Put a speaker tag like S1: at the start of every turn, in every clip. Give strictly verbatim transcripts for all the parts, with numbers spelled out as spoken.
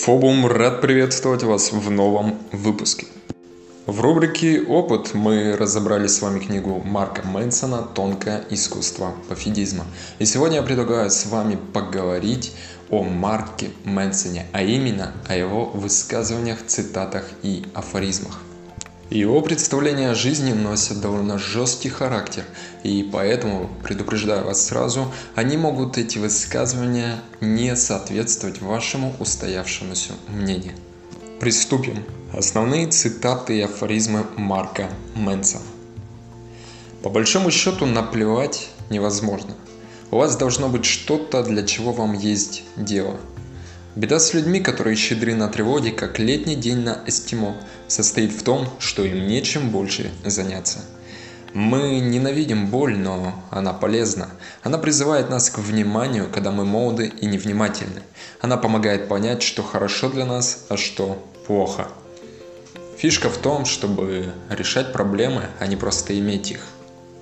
S1: Фобум рад приветствовать вас в новом выпуске. В рубрике «Опыт» мы разобрали с вами книгу Марка Мэнсона «Тонкое искусство пофигизма». И сегодня я предлагаю с вами поговорить о Марке Мэнсоне, а именно о его высказываниях, цитатах и афоризмах. Его представления о жизни носят довольно жесткий характер, и поэтому, предупреждаю вас сразу, они могут, эти высказывания, не соответствовать вашему устоявшемуся мнению. Приступим. Основные цитаты и афоризмы Марка Мэнсона. По большому счету, наплевать невозможно. У вас должно быть что-то, для чего вам есть дело. Беда с людьми, которые щедры на тревоге, как летний день на Эскимо, состоит в том, что им нечем больше заняться. Мы ненавидим боль, но она полезна. Она призывает нас к вниманию, когда мы молоды и невнимательны. Она помогает понять, что хорошо для нас, а что плохо. Фишка в том, чтобы решать проблемы, а не просто иметь их.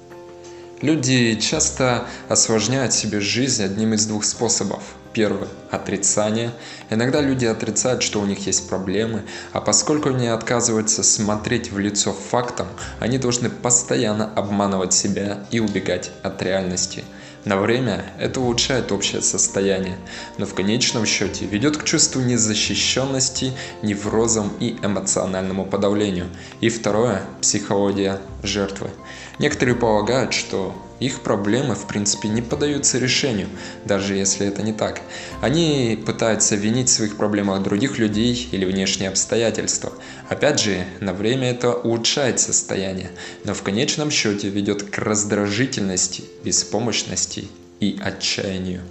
S1: Люди часто осложняют себе жизнь одним из двух способов. Первый – отрицание. Иногда люди отрицают, что у них есть проблемы, а поскольку они отказываются смотреть в лицо фактам, они должны постоянно обманывать себя и убегать от реальности. На время это улучшает общее состояние, но в конечном счете ведет к чувству незащищенности, неврозам и эмоциональному подавлению. И второе – психология жертвы. Некоторые полагают, что их проблемы в принципе не поддаются решению, даже если это не так. Они пытаются винить в своих проблемах других людей или внешние обстоятельства. Опять же, на время это улучшает состояние, но в конечном счете ведет к раздражительности, беспомощности и отчаянию.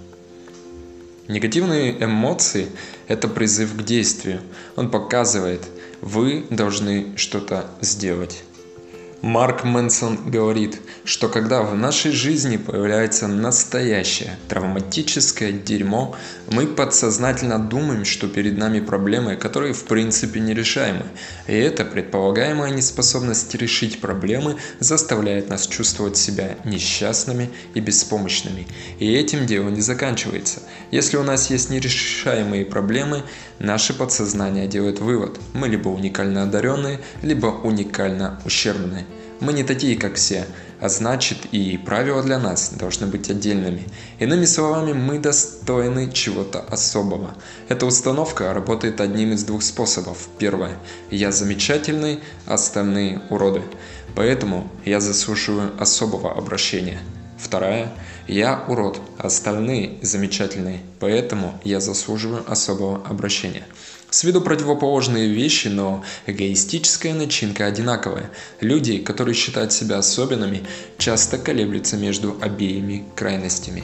S1: Негативные эмоции – это призыв к действию. Он показывает, вы должны что-то сделать. Марк Мэнсон говорит, что когда в нашей жизни появляется настоящее травматическое дерьмо, мы подсознательно думаем, что перед нами проблемы, которые в принципе нерешаемы. И эта предполагаемая неспособность решить проблемы заставляет нас чувствовать себя несчастными и беспомощными. И этим дело не заканчивается. Если у нас есть нерешаемые проблемы, наше подсознание делает вывод: мы либо уникально одаренные, либо уникально ущербные. Мы не такие, как все, а значит и правила для нас должны быть отдельными. Иными словами, мы достойны чего-то особого. Эта установка работает одним из двух способов. Первое. Я замечательный, остальные уроды. Поэтому я заслуживаю особого обращения. Вторая. Я урод, остальные замечательные, поэтому я заслуживаю особого обращения. С виду противоположные вещи, но эгоистическая начинка одинаковая. Люди, которые считают себя особенными, часто колеблются между обеими крайностями.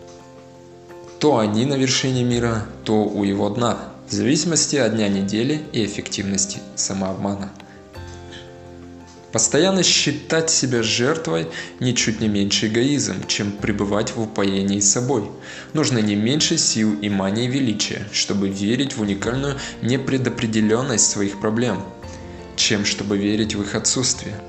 S1: То они на вершине мира, то у его дна, в зависимости от дня недели и эффективности самообмана. Постоянно считать себя жертвой ничуть не меньше эгоизм, чем пребывать в упоении собой. Нужно не меньше сил и мании величия, чтобы верить в уникальную непредопределенность своих проблем, чем чтобы верить в их отсутствие.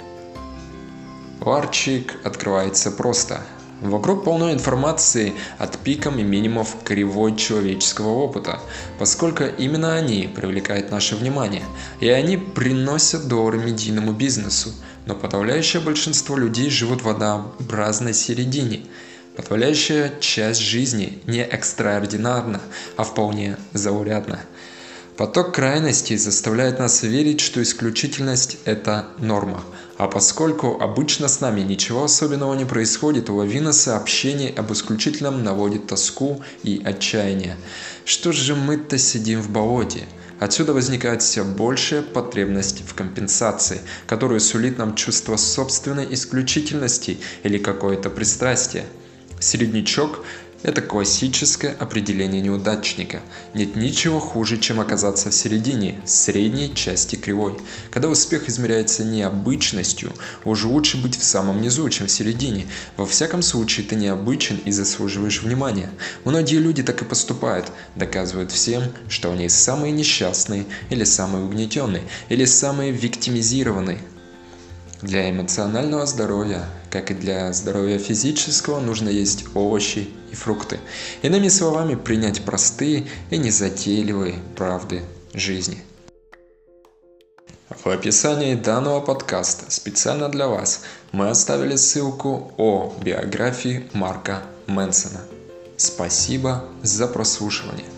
S1: Ларчик открывается просто. Вокруг полно информации от пиков и минимумов кривой человеческого опыта, поскольку именно они привлекают наше внимание, и они приносят доллары медийному бизнесу, но подавляющее большинство людей живут в однообразной середине. Подавляющая часть жизни не экстраординарна, а вполне заурядна. Поток крайностей заставляет нас верить, что исключительность – это норма. А поскольку обычно с нами ничего особенного не происходит, лавина сообщений об исключительном наводит тоску и отчаяние. Что же мы-то сидим в болоте? Отсюда возникает все большая потребность в компенсации, которую сулит нам чувство собственной исключительности или какое-то пристрастие. Середнячок – это классическое определение неудачника. Нет ничего хуже, чем оказаться в середине, средней части кривой. Когда успех измеряется необычностью, уже лучше быть в самом низу, чем в середине. Во всяком случае, ты необычен и заслуживаешь внимания. Многие люди так и поступают, доказывают всем, что они самые несчастные, или самые угнетенные, или самые виктимизированные. Для эмоционального здоровья, как и для здоровья физического, нужно есть овощи и фрукты. Иными словами, принять простые и незатейливые правды жизни. В описании данного подкаста специально для вас мы оставили ссылку о биографии Марка Мэнсона. Спасибо за прослушивание.